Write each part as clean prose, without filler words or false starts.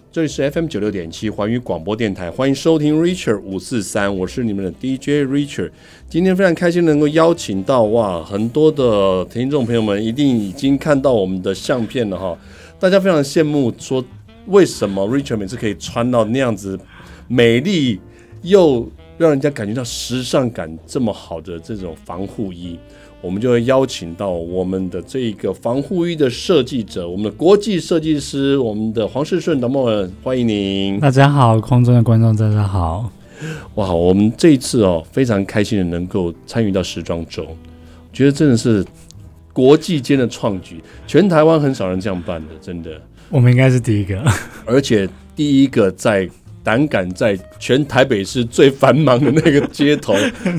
这里是 FM96.7 环宇广播电台，欢迎收听 Richard 543，我是你们的 DJ Richard。今天非常开心能够邀请到很多的听众朋友们一定已经看到我们的相片了哈，大家非常羡慕说为什么 Richard 每次可以穿到那样子美丽又让人家感觉到时尚感这么好的这种防护衣。我们就会邀请到我们的这个防护衣的设计者，我们的国际设计师，我们的黄世顺导播，欢迎您。 大家好，空中的观众大家好。 哇，我们这一次非常开心的能够参与到时装周，我觉得真的是国际间的创举，全台湾很少人这样办的，真的。我们应该是第一个， 而且第一个胆敢在全台北市最繁忙的那个街头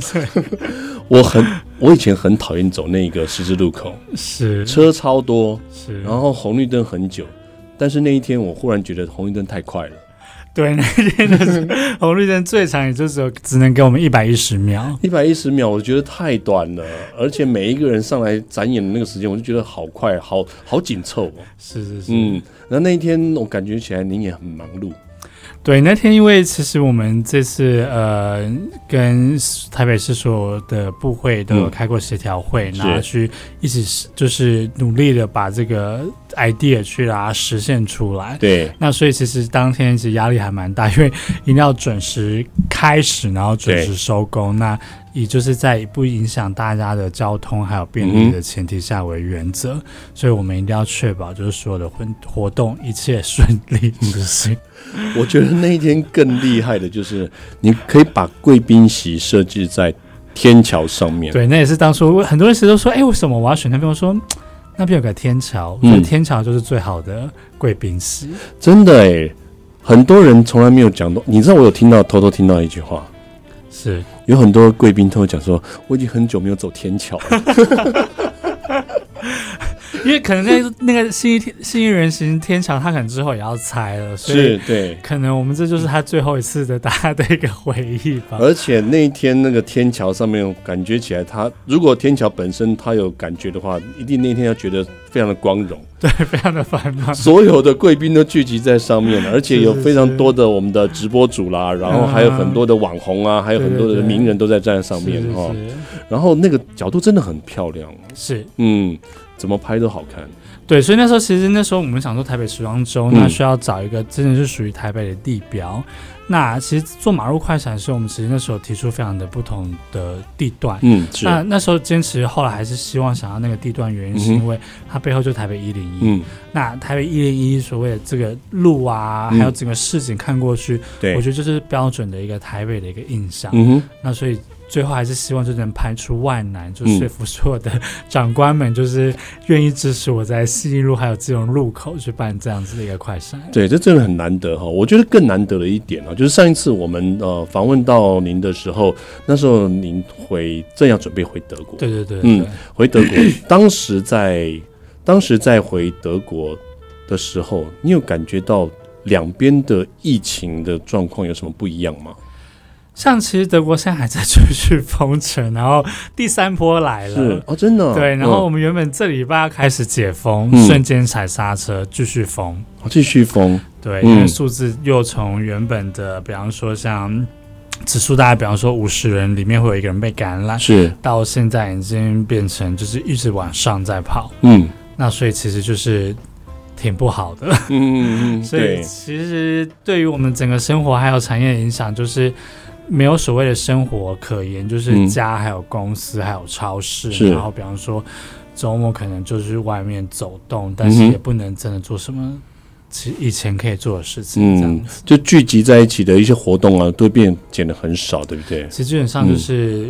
我以前很讨厌走那个十字路口， 是车超多， 是， 然后红绿灯很久，但是那一天我忽然觉得红绿灯太快了。 对，那天的红绿灯最长也就只能给我们110秒 ，110秒我觉得太短了，而且每一个人上来展演的那个时间，我就觉得好快，好紧凑哦。 是， 然后那一天我感觉起来您也很忙碌。 对，那天因为其实我们这次跟台北市所有的部会都有开过协调会，然后去一起就是努力的把这个 idea 去把它实现出来。 对， 那所以其实当天其实压力还蛮大，因为一定要准时开始，然后准时收工。那以就是在不影响大家的交通还有便利的前提下为原则，所以我们一定要确保就是所有的活动一切顺利执行。 我觉得那一天更厉害的就是你可以把贵宾席设计在天桥上面。 对，那也是当初很多人其实都说，为什么我要选那边？我说那边有个天桥，我觉得天桥就是最好的贵宾席。 真的很多人从来没有讲到。你知道我有偷偷听到一句话， 是有很多贵宾都会讲说，我已经很久没有走天桥了。 因为可能在那个信义人行天桥，他可能之后也要拆了，所以对， 可能我们这就是他最后一次的大家的一个回忆吧。 而且那一天那个天桥上面，感觉起来如果天桥本身它有感觉的话，一定那天要觉得非常的光荣， 对，非常的繁忙， 所有的贵宾都聚集在上面，而且有非常多的我们的直播主啦，然后还有很多的网红啊，还有很多的名人都在站在上面哈。然后那个角度真的很漂亮， 是， 怎么拍都好看。 对，所以那时候我们想说台北时装周，那需要找一个真的是属于台北的地标。那其实做马路快闪的时候，我们其实那时候提出非常的不同的地段。 是。 那时候坚持，后来还是希望想要那个地段，原因是因为它背后就台北101。那台北101所谓的这个路啊，还有整个市景看过去，我觉得就是标准的一个台北的一个印象。那所以最后还是希望就能排除万难，就说服所有的长官们，就是愿意支持我在信义路还有基隆路口去办这样子的一个快闪。 对，这真的很难得哈。我觉得更难得的一点就是上一次我们访问到您的时候，那时候您正要准备回德国。 对， 回德国。当时在回德国的时候，你有感觉到两边的疫情的状况有什么不一样吗？ 像其实德国现在还在继续封城，然后第3波来了。 是真的。 对，然后我们原本这礼拜要开始解封，瞬间踩刹车，继续封。 继续封。 对，因为数字又从原本的，比方说像指数大概比方说50人里面会有1个人被感染， 是到现在已经变成就是一直往上在跑。那所以其实就是挺不好的。所以其实对于我们整个生活还有产业的影响，就是没有所谓的生活可言，就是家还有公司还有超市，然后比方说周末可能就是外面走动，但是也不能真的做什么以前可以做的事情，这样子。 就聚集在一起的一些活动啊，都减得很少，对不对？ 其实基本上就是，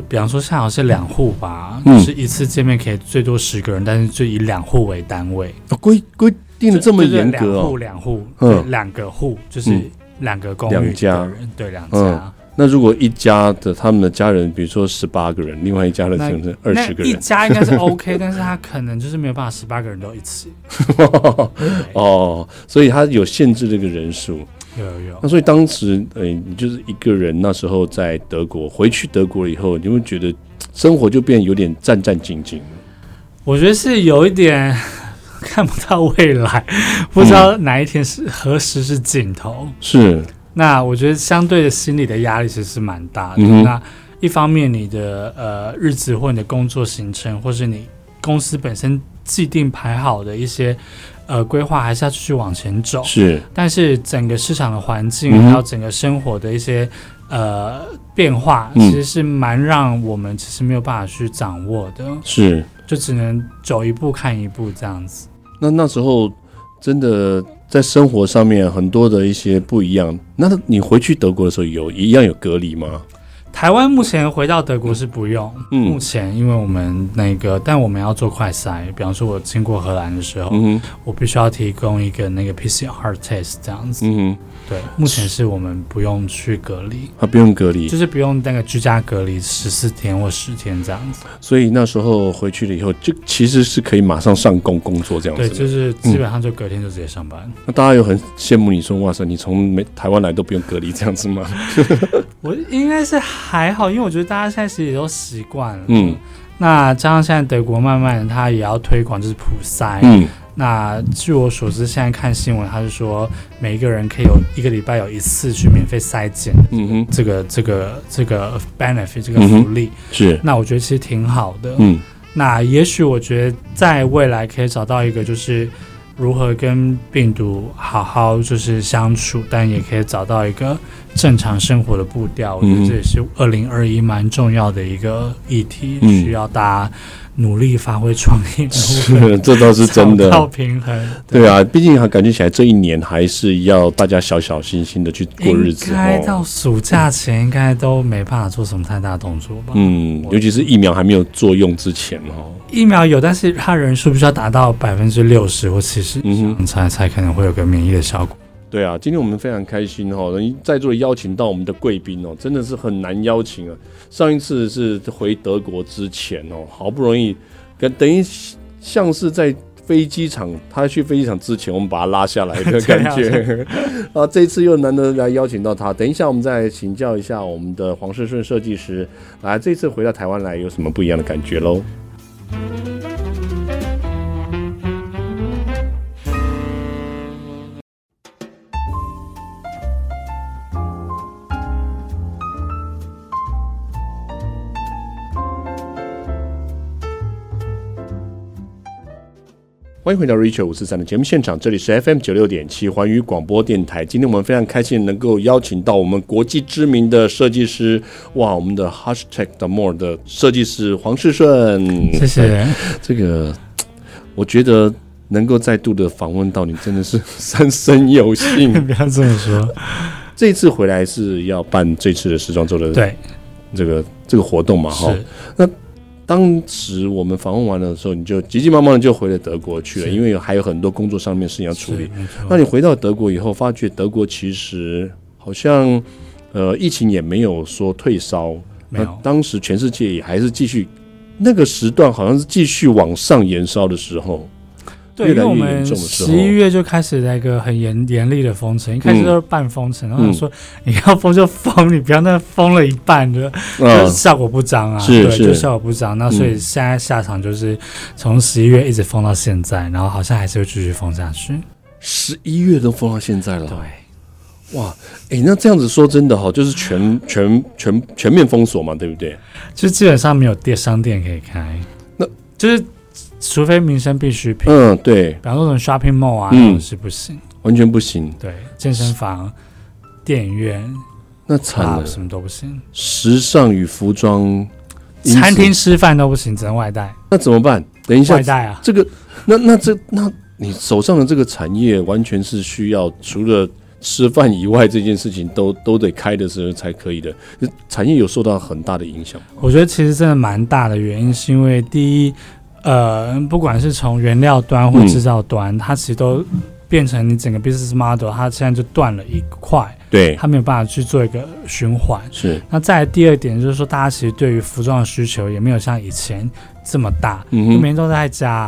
比方说像好像是2户吧，就是一次见面可以最多10个人，但是就以2户为单位。 规定的这么严格哦。 2户，2个户就是2个公寓的人，对，2家。 那如果一家的他们的家人，比如说18个人，另外一家的可能是20个人， 一家应该是 OK， 但是他可能就是没有办法18个人都一起。 所以他有限制这个人数。 有。 那所以当时你就是一个人，那时候在德国，回去德国以后，你会觉得生活就变有点战战兢兢。 我觉得是有一点看不到未来，不知道哪一天何时是尽头。 是， 那我觉得相对的心理的压力其实是蛮大的。那一方面你的日子或你的工作行程，或是你公司本身既定排好的一些规划，还是要继续往前走。 是， 但是整个市场的环境，还有整个生活的一些变化，其实是蛮让我们其实没有办法去掌握的。 是， 就只能走一步看一步这样子。 那时候真的在生活上面很多的一些不一样。那你回去德国的时候一样有隔离吗？ 台湾目前回到德国是不用，目前因为我们但我们要做快筛，比方说我经过荷兰的时候，我必须要提供一个PCR test 这样子。对，目前是我们不用去隔离， 不用隔离， 就是不用居家隔离14天或10天这样子。 所以那时候回去了以后，就其实是可以马上上工作这样子。 对，就是基本上就隔天就直接上班。 那大家有很羡慕你说，哇塞，你从台湾来都不用隔离这样子吗？ 我应该是还好，因为我觉得大家现在其实也都习惯了。那加上现在德国慢慢的他也要推广就是普筛。那据我所知，现在看新闻，他是说每一个人可以有1个礼拜有1次去免费筛检。这个 benefit 这个福利是。 那我觉得其实挺好的。那也许我觉得在未来可以找到一个就是如何跟病毒好好就是相处，但也可以找到一个正常生活的步调。我觉得这也是2021蛮重要的一个议题，需要大家努力发挥创意， 这倒是真的， 找到平衡。 对啊，毕竟感觉起来这一年还是要大家小小心心的去过日子。 应该到暑假前应该都没办法做什么太大动作吧？ 尤其是疫苗还没有作用之前疫苗有，但是它人数必须要达到60%或70%以上，才可能会有个免疫的效果。 对啊，今天我们非常开心在座邀请到我们的贵宾真的是很难邀请啊。上一次是回德国之前好不容易等于像是在飞机场，他去飞机场之前我们把他拉下来的感觉这一次又难得来邀请到他。等一下我们再请教一下我们的黄世顺设计师，来这次回到台湾来有什么不一样的感觉咯。欢迎回到 Richard 543的节目现场，这里是 FM 96.7环宇广播电台。今天我们非常开心能够邀请到我们国际知名的设计师，我们的 #More 的设计师黄世顺。 谢谢。 这个我觉得能够再度的访问到你，真的是三生有幸。 不要这么说。 这一次回来是要办这次的时装周的对这个活动嘛？ 是。 那当时我们访问完的时候，你就急急忙忙的就回了德国去了，因为还有很多工作上面事情要处理。那你回到德国以后，发觉德国其实好像疫情也没有说退烧， 没有。 那当时全世界也还是继续，那个时段好像是继续往上延烧的时候。 对，因为我们11月就开始一个很严厉的封城，一开始都是半封城，然后说你要封就封，你不要那封了一半的，就是效果不彰啊，对，就效果不彰。那所以现在下场就是从11月一直封到现在，然后好像还是会继续封下去。 11月都封到现在了， 对， 哇，那这样子说真的就是全面封锁嘛，对不对？ 就基本上没有商店可以开，那就是。除非民生必需品， 对， 比方说什么 shopping mall 啊，那种是不行， 完全不行。 对，健身房、电影院， 那惨了， 什么都不行。 时尚与服装、 餐厅吃饭都不行，只能外带。 那怎么办？等一下， 外带啊， 这个，那你手上的这个产业完全是需要除了吃饭以外，这件事情都得开的时候才可以的。产业有受到很大的影响。 我觉得其实真的蛮大的原因，是因为第一。不管是从原料端或制造端，它其实都变成你整个 business model， 它现在就断了一块， 对， 它没有办法去做一个循环。 是。那再来第二点就是说，大家其实对于服装的需求也没有像以前这么大，每天都在家啊。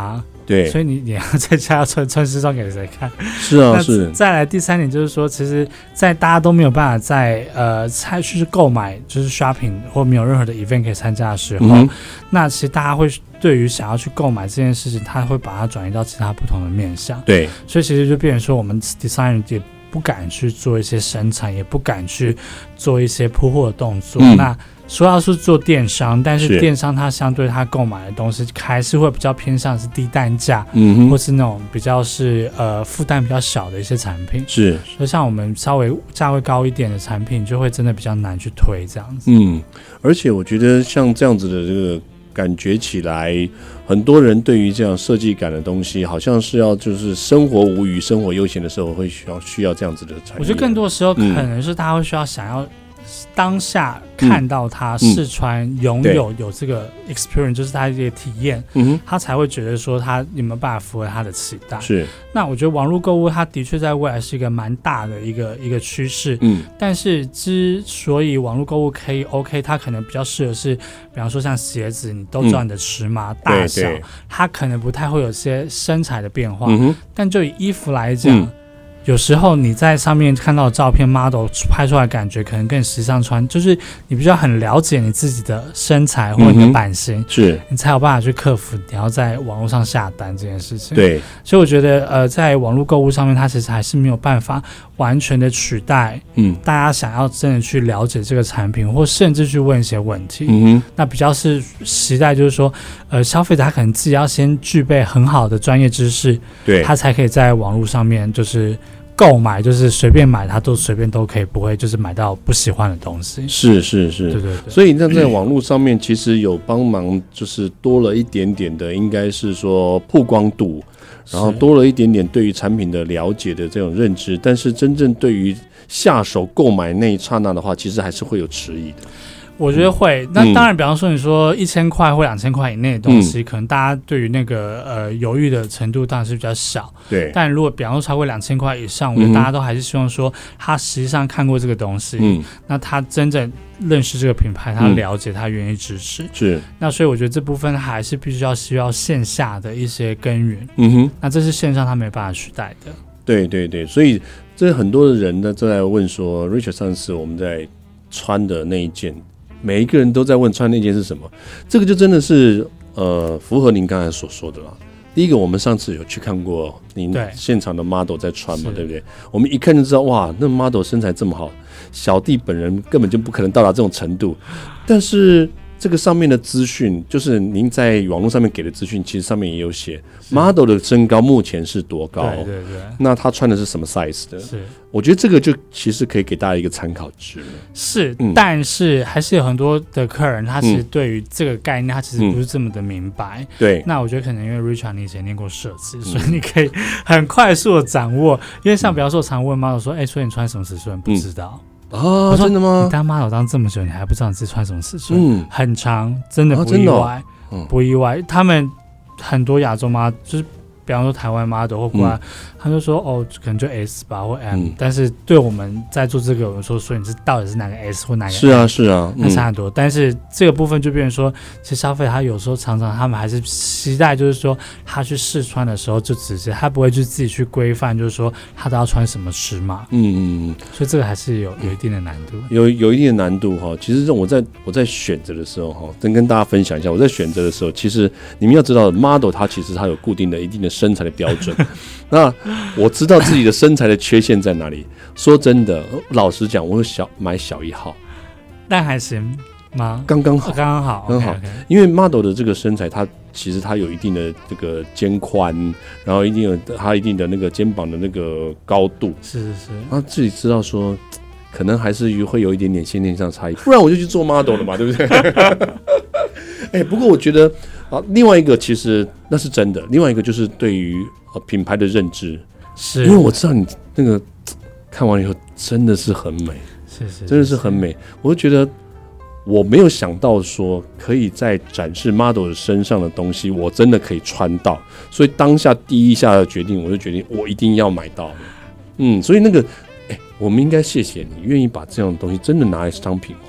对， 所以你要在家要穿西装给谁看？ 是啊，是。 再来第3点就是说，其实，在大家都没有办法在去购买就是 shopping 或没有任何的 event 可以参加的时候，那其实大家会对于想要去购买这件事情，他会把它转移到其他不同的面向。 对， 所以其实就变成说，我们 designer 也不敢去做一些生产，也不敢去做一些铺货的动作。那说要是做电商，但是电商它相对它购买的东西还是会比较偏向是低单价，或是那种比较是负担比较小的一些产品。是，所以像我们稍微价位高一点的产品，就会真的比较难去推这样子。 而且我觉得像这样子的这个感觉起来，很多人对于这样设计感的东西，好像是要就是生活无余、生活悠闲的时候会需要这样子的产业。 我觉得更多时候可能是大家会需要想要当下看到他试穿拥有这个 experience，就是他这个体验，他才会觉得说他有没有办法符合他的期待。是，那我觉得网络购物它的确在未来是一个蛮大的一个趋势。但是之所以网络购物可以 OK， 它可能比较适合是，比方说像鞋子，你都知道你的尺码、大小，它可能不太会有些身材的变化。但就以衣服来讲，有时候你在上面看到的照片 model 拍出来的感觉可能跟时尚穿，就是你必须要很了解你自己的身材或你的版型，是你才有办法去克服你要在网络上下单这件事情。对，所以我觉得在网络购物上面，它其实还是没有办法完全的取代大家想要真的去了解这个产品，或甚至去问一些问题。那比较是期待就是说消费者他可能自己要先具备很好的专业知识，对，他才可以在网络上面就是购买，就是随便买，他都随便都可以，不会就是买到不喜欢的东西。是，对。 所以那在网络上面，其实有帮忙，就是多了一点点的，应该是说曝光度，然后多了一点点对于产品的了解的这种认知。但是真正对于下手购买那一刹那的话，其实还是会有迟疑的。 我觉得会，那当然，比方说你说1000块或2000块以内的东西，可能大家对于那个犹豫的程度当然是比较小。对，但如果比方说超过2000块以上，我觉得大家都还是希望说他实际上看过这个东西，那他真正认识这个品牌，他了解，他愿意支持。是，那所以我觉得这部分还是必须要需要线下的一些根源。那这是线上他没办法取代的。 对，所以这很多的人呢都在问说 ，Richard 上次我们在穿的那一件。每一个人都在问穿那件是什么，这个就真的是符合您刚才所说的啦。第一个，我们上次有去看过您现场的 model 在穿嘛，对不对？我们一看就知道，哇，那 model 身材这么好，小弟本人根本就不可能到达这种程度。但是这个上面的资讯，就是您在网络上面给的资讯，其实上面也有写 model 的身高目前是多高，对，那他穿的是什么 size 的？是，我觉得这个就其实可以给大家一个参考值了。 是，但是还是有很多的客人，他其实对于这个概念，他其实不是这么的明白。对，那我觉得可能因为 Richard 你以前念过设计，所以你可以很快速的掌握。因为像比方说，我常问 model 说，所以你穿什么尺寸？不知道。 真的吗？ 你当 model 当这么久，你还不知道你自己穿什么尺寸？很长，真的不意外，不意外。他们很多亚洲 model 就是比方说台湾 model 或国外，他就说可能就 S 吧或 M，但是对我们在做这个，我们说所以你是到底是哪个 S 或哪个 M？ 是啊，那差很多。但是这个部分就变成说，其实消费他有时候常常他们还是期待，就是说他去试穿的时候就直接，他不会去自己去规范，就是说他都要穿什么尺码。所以这个还是有一定的难度， 有一定的难度哈。其实我在选择的时候哈，真跟大家分享一下，我在选择的时候，其实你们要知道 model 它其实它有固定的一定的身材的标准。那我知道自己的身材的缺陷在哪里。说真的，老实讲，我买小1号， 但还行吗？ 刚刚好， okay. 因为 model 的这个身材，它其实它有一定的这个肩宽，然后它一定的那个肩膀的那个高度，是，他自己知道说，可能还是会有一点点先天上差异，不然我就去做 model 了嘛，对不对？不过我觉得另外一个其实那是真的，另外一个就是对于品牌的认知，是因为我知道你那个看完以后真的是很美，是真的是很美，我就觉得我没有想到说可以在展示 model 身上的东西，我真的可以穿到，所以当下第一下的决定，我就决定我一定要买到。所以那个我们应该谢谢你愿意把这样的东西真的拿来商品化。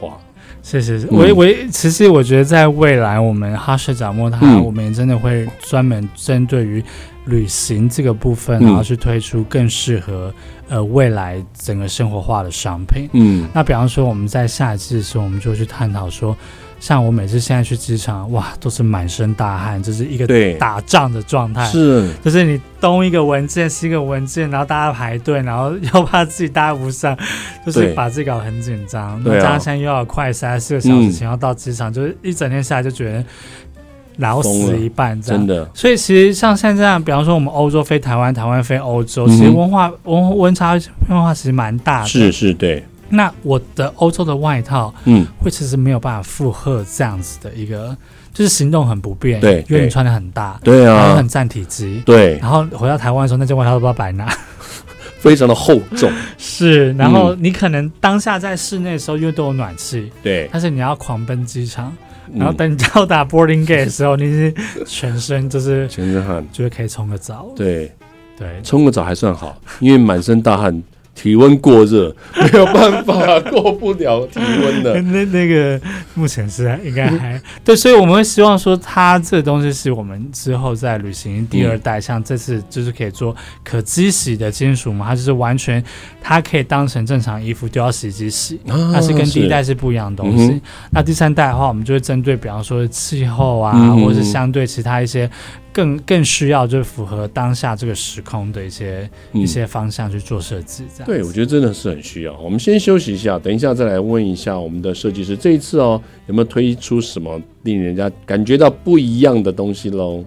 谢谢。其实我觉得在未来，我们哈士达莫我们也真的会专门针对于旅行这个部分，然后去推出更适合未来整个生活化的商品。那比方说我们在下一季的时候，我们就去探讨说，像我每次现在去机场，哇，都是满身大汗，就是一个打仗的状态，就是你东一个文件西一个文件，然后大家排队，然后又怕自己搭不上，就是把自己搞得很紧张。那加上现在又要快3、4个小时前要到机场，就是一整天下来就觉得老死一半这样，真的。所以其实像现在这样，比方说我们欧洲飞台湾，台湾飞欧洲，其实温差变化其实蛮大的。是，对。那我的欧洲的外套，会其实没有办法负荷这样子的一个，就是行动很不便，对，因为你穿的很大，对啊，然后很占体积，对，然后回到台湾的时候，那件外套都不知道白拿。 非常的厚重， 是，然后你可能当下在室内的时候，因为都有暖气，对，但是你要狂奔机场，然后等你到达 boarding gate 的时候，你是全身汗，就是可以冲个澡，对， 冲个澡还算好，因为满身大汗。体温过热，没有办法过不了体温的。 那个目前是应该还对，所以我们会希望说，它这个东西是我们之后在旅行第2代，像这次就是可以做可机洗的金属嘛，它就是完全它可以当成正常衣服丢到洗衣机洗，它是跟第1代是不一样的东西。那第3代的话，我们就会针对比方说气候啊，或者是相对其他一些。更需要就是符合当下这个时空的一些方向去做设计，这样。 对，我觉得真的是很需要。我们先休息一下，等一下再来问一下我们的设计师，这一次有没有推出什么令人家感觉到不一样的东西咯？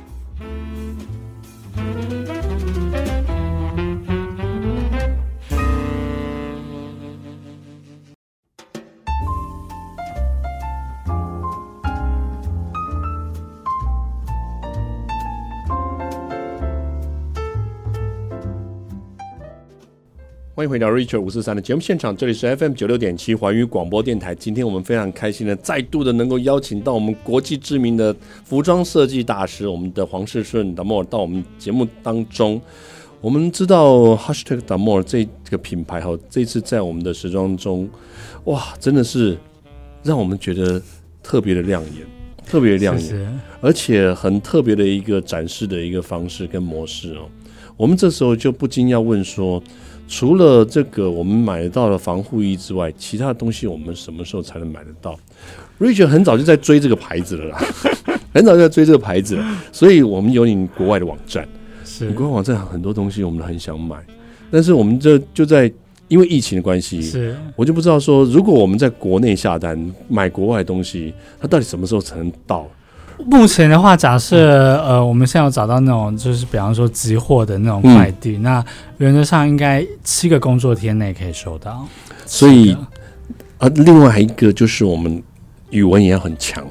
欢迎回到 Richard 543的节目现场，这里是 FM96.7 环宇广播电台。今天我们非常开心的再度的能够邀请到我们国际知名的服装设计大师，我们的黄世顺D'Amour到我们节目当中。我们知道 #D'Amour 这个品牌这次在我们的时装中，哇，真的是让我们觉得特别的亮眼，特别亮眼，而且很特别的一个展示的一个方式跟模式哦。我们这时候就不禁要问说，除了这个我们买得到的防护衣之外，其他的东西我们什么时候才能买得到 ？Richard 很早就在追这个牌子了啦，很早就在追这个牌子了，所以我们有你国外的网站，是国外网站很多东西我们很想买，但是我们就在因为疫情的关系，是我就不知道说，如果我们在国内下单买国外的东西，它到底什么时候才能到？ 目前的话，假设我们现在有找到那种就是比方说集货的那种快递，那原则上应该7个工作天内可以收到。 所以另外一个就是我们语文也要很强。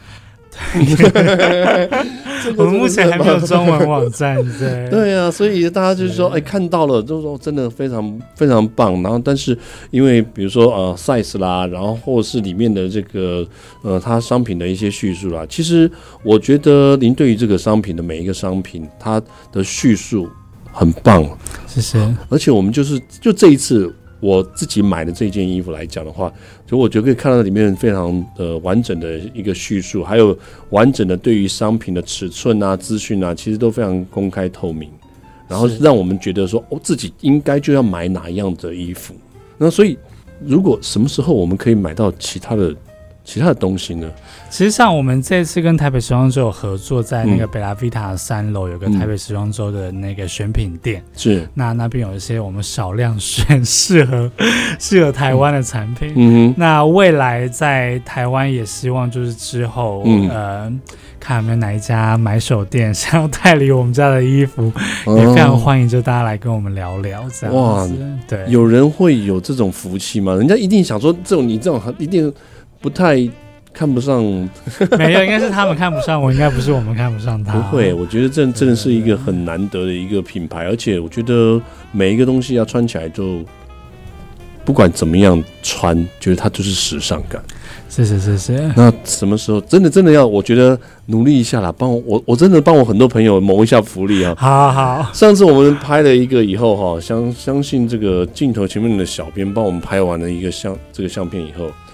我们目前还没有中文网站， 对啊，所以大家就是说，看到了，就是说真的非常非常棒。然后，但是因为比如说size 啦，然后或是里面的这个它商品的一些叙述啦，其实我觉得您对于这个商品的每一个商品，它的叙述很棒， 谢谢。 而且我们就这一次。我自己买的这件衣服来讲的话，就我觉得可以看到里面非常完整的一个叙述，还有完整的对于商品的尺寸啊、资讯啊，其实都非常公开透明，然后让我们觉得说，自己应该就要买哪样的衣服。那所以，如果什么时候我们可以买到其他的东西呢？ 其实像我们这次跟台北时装周有合作，在那个贝拉维塔3楼有个台北时装周的那个选品店，是那边有一些我们少量选适合台湾的产品。那未来在台湾也希望就是之后看有没有哪一家买手店想要代理我们家的衣服，也非常欢迎就大家来跟我们聊聊这样子。对， 有人会有这种福气吗？人家一定想说你这种一定不太看不上。 没有，应该是他们看不上我，应该不是我们看不上他。 不会，我觉得这真的是一个很难得的一个品牌，而且我觉得每一个东西要穿起来就不管怎么样穿，觉得它就是时尚感。 谢谢。 那什么时候真的要，我觉得努力一下啦，我真的帮我很多朋友谋一下福利啊。 好。 上次我们拍了一个以后相信这个镜头前面的小编帮我们拍完了一个这个相片以后，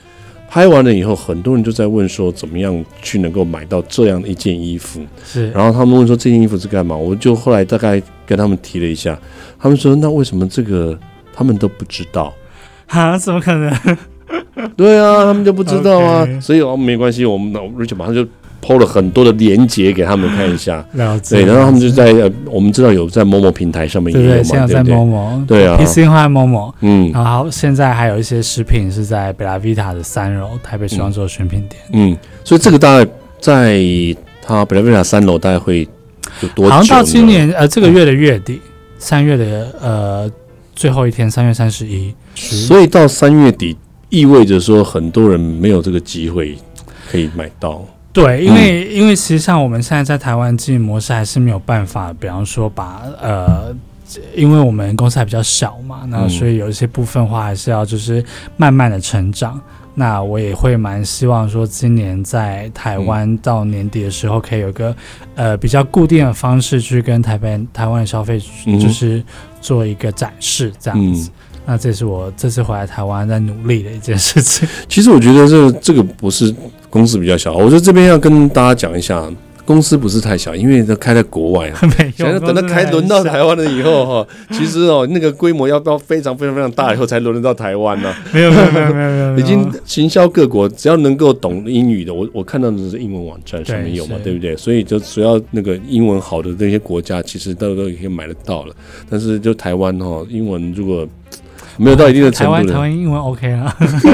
拍完了以后，很多人就在问说，怎么样去能够买到这样一件衣服？ 是， 然后他们问说这件衣服是干嘛？我就后来大概跟他们提了一下，他们说那为什么这个他们都不知道？ 啊？怎么可能？ 对啊，他们就不知道啊。Okay. 所以没关系，我们 Richard 马上就PO 了很多的连结给他们看一下。 了解。 对，然后他们就在我们知道有在某平台上面也有嘛， 对，现在在某， 对啊 ，PC 在某，然后现在还有一些食品是在贝拉维塔的3楼台北时装周的选品店。 所以这个大概在它贝拉维塔3楼大概会有多久？ 好像到今年这个月的月底，3月的最后一天，3月31。 所以到3月底，意味着说很多人没有这个机会可以买到。 对，因为实际上我们现在在台湾经营模式还是没有办法，比方说把因为我们公司还比较小嘛，那所以有一些部分话还是要就是慢慢的成长。那我也会蛮希望说，今年在台湾到年底的时候，可以有个比较固定的方式去跟台湾的消费就是做一个展示这样子。那这是我这次回来台湾在努力的一件事情。 其实我觉得这个不是公司比较小，我觉得这边要跟大家讲一下，公司不是太小，因为它开在国外啊。想要等它轮到台湾了以后哈，其实那个规模要到非常非常非常大以后才轮得到台湾呢。 没有， 已经行销各国，只要能够懂英语的，我看到的是英文网站上面有嘛，对不对？所以就只要那个英文好的那些国家，其实都可以买得到了。但是就台湾英文如果没有到一定的程度的， 台湾英文 OK 啊。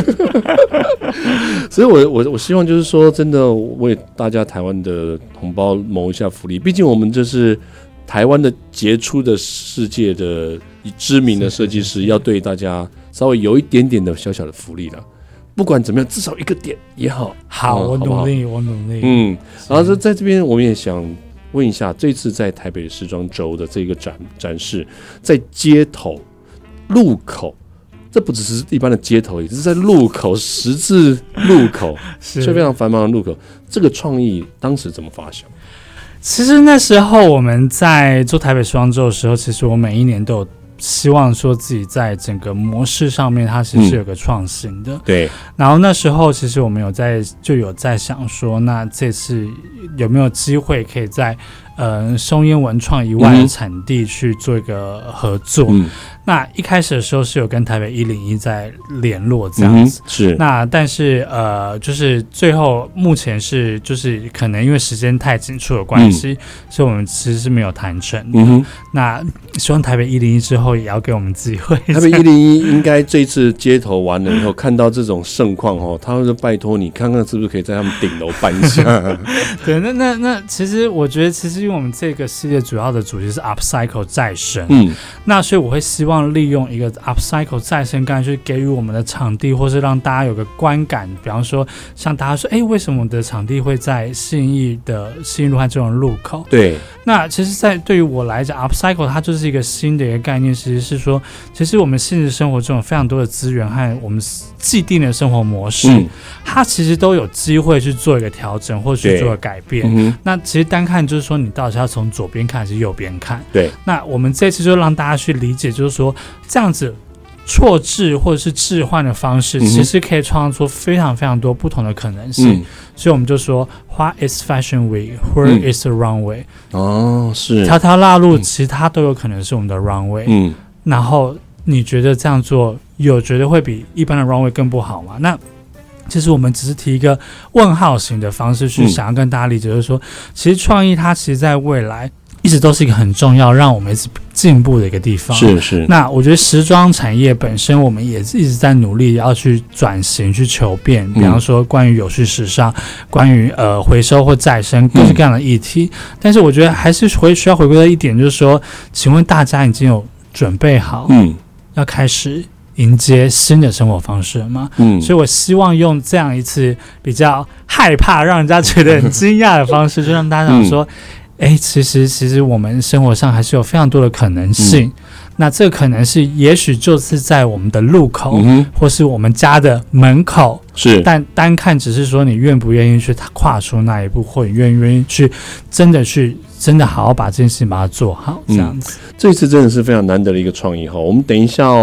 所以我希望就是说，真的为大家台湾的同胞谋一下福利。毕竟我们这是台湾的杰出的世界的知名的设计师，要对大家稍微有一点点的小小的福利啦。不管怎么样，至少一个点也好。 好，我努力。 然后在这边我们也想问一下，这次在台北时装周的这个展示，在街头路口，这不只是一般的街头，也是在路口十字路口，是非常繁忙的路口。这个创意当时怎么发想？ 其实那时候我们在做台北时装周的时候，其实我每一年都有希望说自己在整个模式上面，它其实是有个创新的。 对。 然后那时候其实我们有在想说，那这次有没有机会可以在松烟文创以外的产地去做一个合作。那一开始的时候是有跟台北101在联络这样子， 是。那但是就是最后目前是就是可能因为时间太紧促的关系，所以我们其实是没有谈成的。那希望台北101之后也要给我们机会。 台北101应该这次街头完了以后，看到这种盛况他会说拜托你看看是不是可以在他们顶楼办一下。 对，那其实我觉得其实因为我们这个系列主要的主题是 upcycle 再生，那所以我会希望利用一个 upcycle 再生概念去给予我们的场地，或是让大家有个观感，比方说像大家说为什么我们的场地会在信义路和这种路口。 对， 那其实对于我来讲 upcycle 它就是一个新的一个概念，其实是说其实我们现实生活中有非常多的资源和我们既定的生活模式，它其实都有机会去做一个调整或去做改变。那其实单看就是说你到底是要从左边看还是右边看。 对，那我们这次就让大家去理解，就是说这样子错置或者是置换的方式，其实可以创造出非常非常多不同的可能性。所以我们就说 What is fashion week? Where is the runway? 是条条大路其实它都有可能是我们的 runway。然后你觉得这样做有觉得会比一般的 runway 更不好吗？那其实我们只是提一个问号型的方式去想要跟大家理解，就是说其实创意它其实在未来一直都是一个很重要让我们一直进步的一个地方。 是。 那我觉得时装产业本身我们也一直在努力要去转型去求变，比方说关于有序时尚，关于回收或再生各式各样的议题。但是我觉得还是需要回归到一点，就是说请问大家已经有准备好要开始迎接新的生活方式了吗？所以我希望用这样一次比较害怕让人家觉得很惊讶的方式，就让大家想说其实我们生活上还是有非常多的可能性。那这个可能是也许就是在我们的路口，或是我们家的门口， 是。 但单看只是说你愿不愿意去跨出那一步，或你愿意去真的好好把这件事情把它做好，这样子。 这一次真的是非常难得的一个创意我们等一下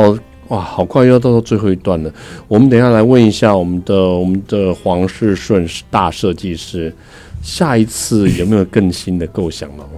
哇，好快又要到最后一段了。我们等一下来问一下我们的黄世顺大设计师，下一次有没有更新的构想了？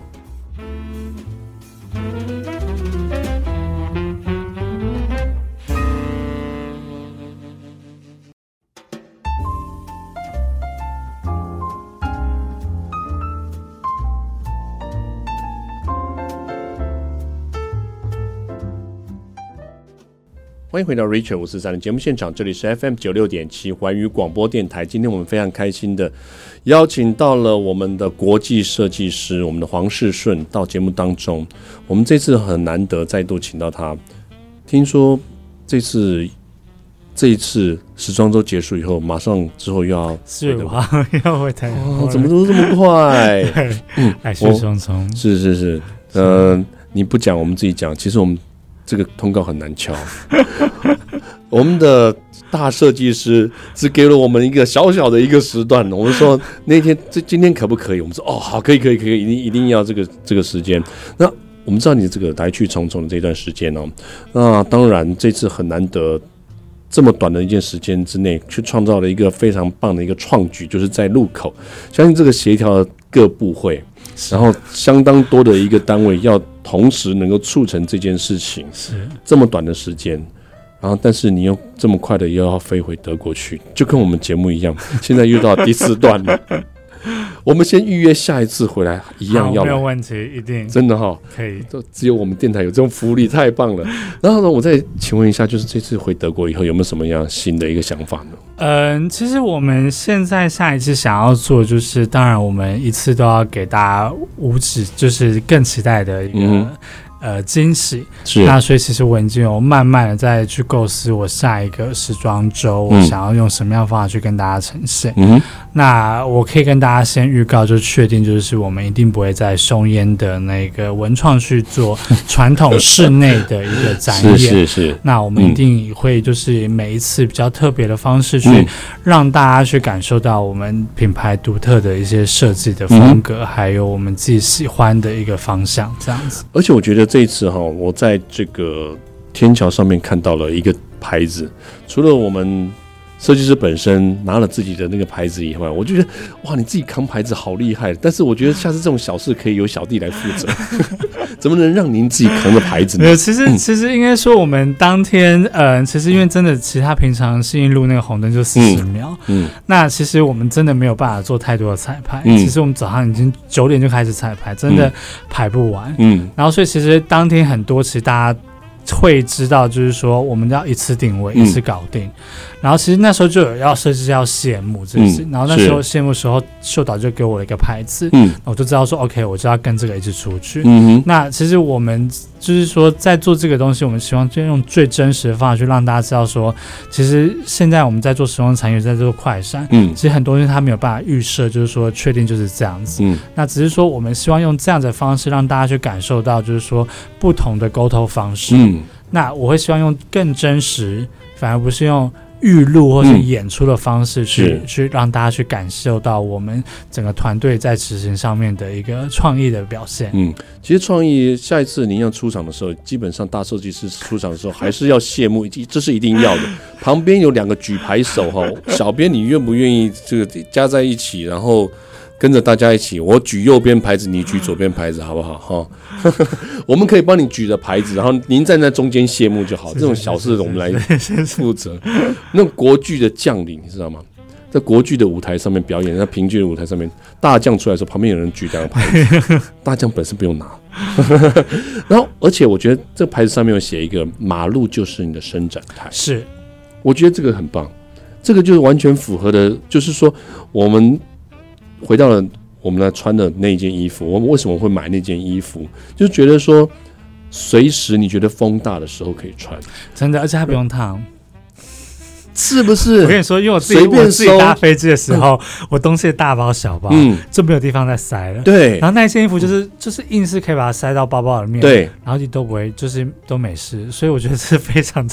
欢迎回到 Richard 543的节目现场，这里是 FM 96.7环宇广播电台。今天我们非常开心的邀请到了我们的国际设计师，我们的黄世顺到节目当中。我们这次很难得再度请到他，听说这一次时装周结束以后，马上之后又要 4月5号要回台湾， 怎么都这么快？ 来势汹汹， 是，你不讲，我们自己讲。其实我们这个通告很难敲，我们的大设计师只给了我们一个小小的一个时段。我们说那天今天可不可以？我们说好，可以，一定要这个时间。那我们知道你这个来去匆匆的这段时间那当然这次很难得。这么短的一件时间之内，去创造了一个非常棒的一个创举，就是在路口，相信这个协调各部会，然后相当多的一个单位要同时能够促成这件事情，是这么短的时间，然后但是你又这么快的又要飞回德国去，就跟我们节目一样，现在遇到第4段了。我们先预约下一次回来，一样要来， 没有问题，一定真的可以。 都只有我们电台有这种福利，太棒了。然后呢，我再请问一下，就是这次回德国以后，有没有什么样新的一个想法呢？ 其实我们现在下一次想要做，就是当然我们一次都要给大家无止，就是更期待的一个。惊喜，那所以其实我已经有慢慢的在去构思我下一个时装周，我想要用什么样的方法去跟大家呈现。那我可以跟大家先预告，就确定就是我们一定不会在松烟的那个文创去做传统室内的一个展演，是。那我们一定会就是每一次比较特别的方式去让大家去感受到我们品牌独特的一些设计的风格，还有我们自己喜欢的一个方向，这样子。 而且我觉得这一次我在这个天桥上面看到了一个牌子，除了我们设计师本身拿了自己的那个牌子以外，我就觉得哇，你自己扛牌子好厉害。但是我觉得下次这种小事可以由小弟来负责，怎么能让您自己扛着牌子呢？ 其实应该说我们当天，其实因为真的，其他平常信义路那个红灯就40秒，那其实我们真的没有办法做太多的彩排。其实我们早上已经9点就开始彩排，真的排不完。然后所以其实当天很多，其实大家会知道，就是说我们要一次定位，一次搞定。然后其实那时候就有要设计要谢幕这事，然后那时候谢幕的时候，秀导就给我了一个牌子，我就知道说 OK， 我就要跟这个一起出去。那其实我们就是说在做这个东西，我们希望就用最真实的方法去让大家知道说，其实现在我们在做时装产业，在做快闪，其实很多东西它没有办法预设，就是说确定就是这样子。那只是说我们希望用这样的方式让大家去感受到，就是说不同的沟通方式。那我会希望用更真实，反而不是用预录或是演出的方式去让大家去感受到我们整个团队在执行上面的一个创意的表现。 其实创意下一次您要出场的时候，基本上大设计师出场的时候还是要谢幕，这是一定要的。旁边有2个举牌手小编你愿不愿意这个加在一起，然后跟着大家一起，我举右边牌子，你举左边牌子，好不好？我们可以帮你举着牌子，然后您站在中间谢幕就好。这种小事我们来负责。那种国剧的将领，你知道吗？在国剧的舞台上面表演，在评剧的舞台上面，大将出来的时候，旁边有人举2个牌子，大将本身不用拿。然后，而且我觉得这个牌子上面有写一个“马路就是你的伸展台”， 是， 我觉得这个很棒。这个就是完全符合的，就是说我们回到了我们穿的那件衣服，我们为什么会买那件衣服？就是觉得说，随时你觉得风大的时候可以穿， 真的，而且它不用烫， 是不是？ 我跟你说，因为我自己搭飞机的时候，我东西大包小包，就没有地方再塞了。对，然后那件衣服就是硬是可以把它塞到包包里面，对，然后你都不会，就是都没事，所以我觉得是非常的。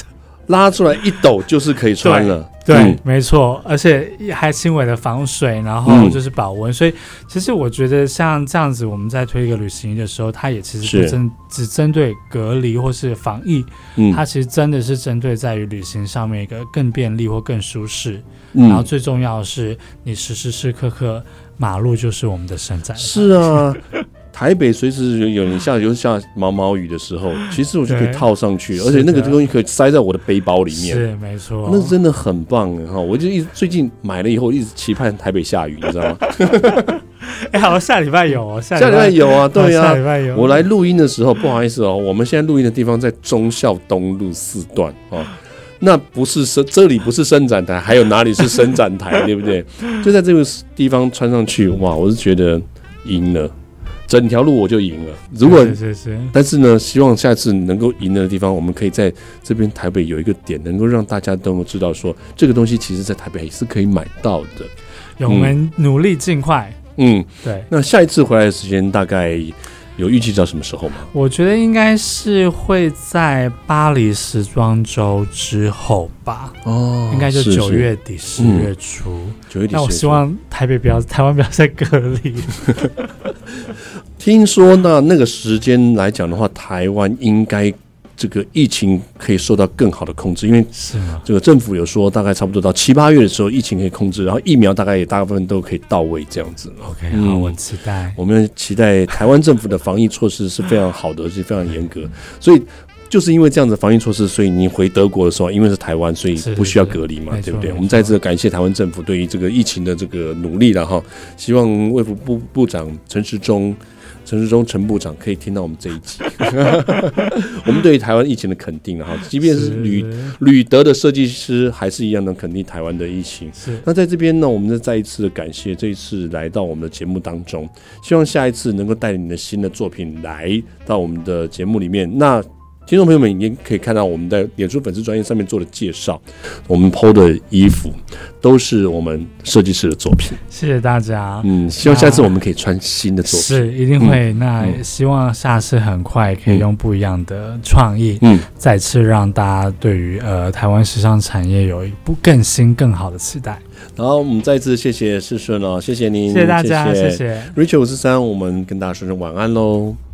拉出来一抖就是可以穿了。 对，没错，而且还轻微的防水，然后就是保温，所以其实我觉得像这样子，我们在推一个旅行的时候，它也其实不只针对隔离或是防疫，它其实真的是针对在于旅行上面一个更便利或更舒适，然后最重要的是你时时刻刻马路就是我们的伸展台。 是啊。台北随时有下毛毛雨的时候，其实我就可以套上去，而且那个东西可以塞在我的背包里面。 是没错， 那真的很棒哈！我就最近买了以后，一直期盼台北下雨，你知道吗？ 好，下礼拜有哦， 下礼拜有啊，对啊， 下礼拜有。 我来录音的时候，不好意思哦，我们现在录音的地方在忠孝东路4段哦。那不是这里不是伸展台，还有哪里是伸展台，对不对？就在这个地方穿上去，哇，我是觉得赢了。整条路我就赢了。如果但是呢，希望下次能够赢的地方，我们可以在这边台北有一个点，能够让大家都能够知道说，这个东西其实在台北也是可以买到的。 我们努力尽快。对。 那下一次回来的时间大概有预计到什么时候吗？ 我觉得应该是会在巴黎时装周之后吧。哦，应该就9月底10月初。9月底。那我希望台湾不要再隔离。 听说那个时间来讲的话，台湾应该这个疫情可以受到更好的控制，因为这个政府有说大概差不多到7、8月的时候疫情可以控制，然后疫苗大概也大部分都可以到位这样子。 OK， 好，我期待。 我们期待台湾政府的防疫措施是非常好的，而且非常严格，所以就是因为这样的防疫措施，所以你回德国的时候，因为是台湾，所以不需要隔离嘛，对不对？我们再次感谢台湾政府对于这个疫情的这个努力了哈，希望卫福部部长陈时中陈部长可以听到我们这一集，我们对于台湾疫情的肯定，然后即便是旅德的设计师，还是一样能肯定台湾的疫情。那在这边呢，我们再一次的感谢这一次来到我们的节目当中，希望下一次能够带领你的新的作品来到我们的节目里面。那听众朋友们也可以看到我们在脸书粉丝专页上面做的介绍，我们 PO 的衣服都是我们设计师的作品。 谢谢大家。 希望下次我们可以穿新的作品。 是，一定会。那也希望下次很快可以用不一样的创意，再次让大家对于台湾时尚产业有一部更新更好的期待。 然后我们再次谢谢世顺哦，谢谢您， 谢谢大家，谢谢 Richard 543，我们跟大家说声晚安喽。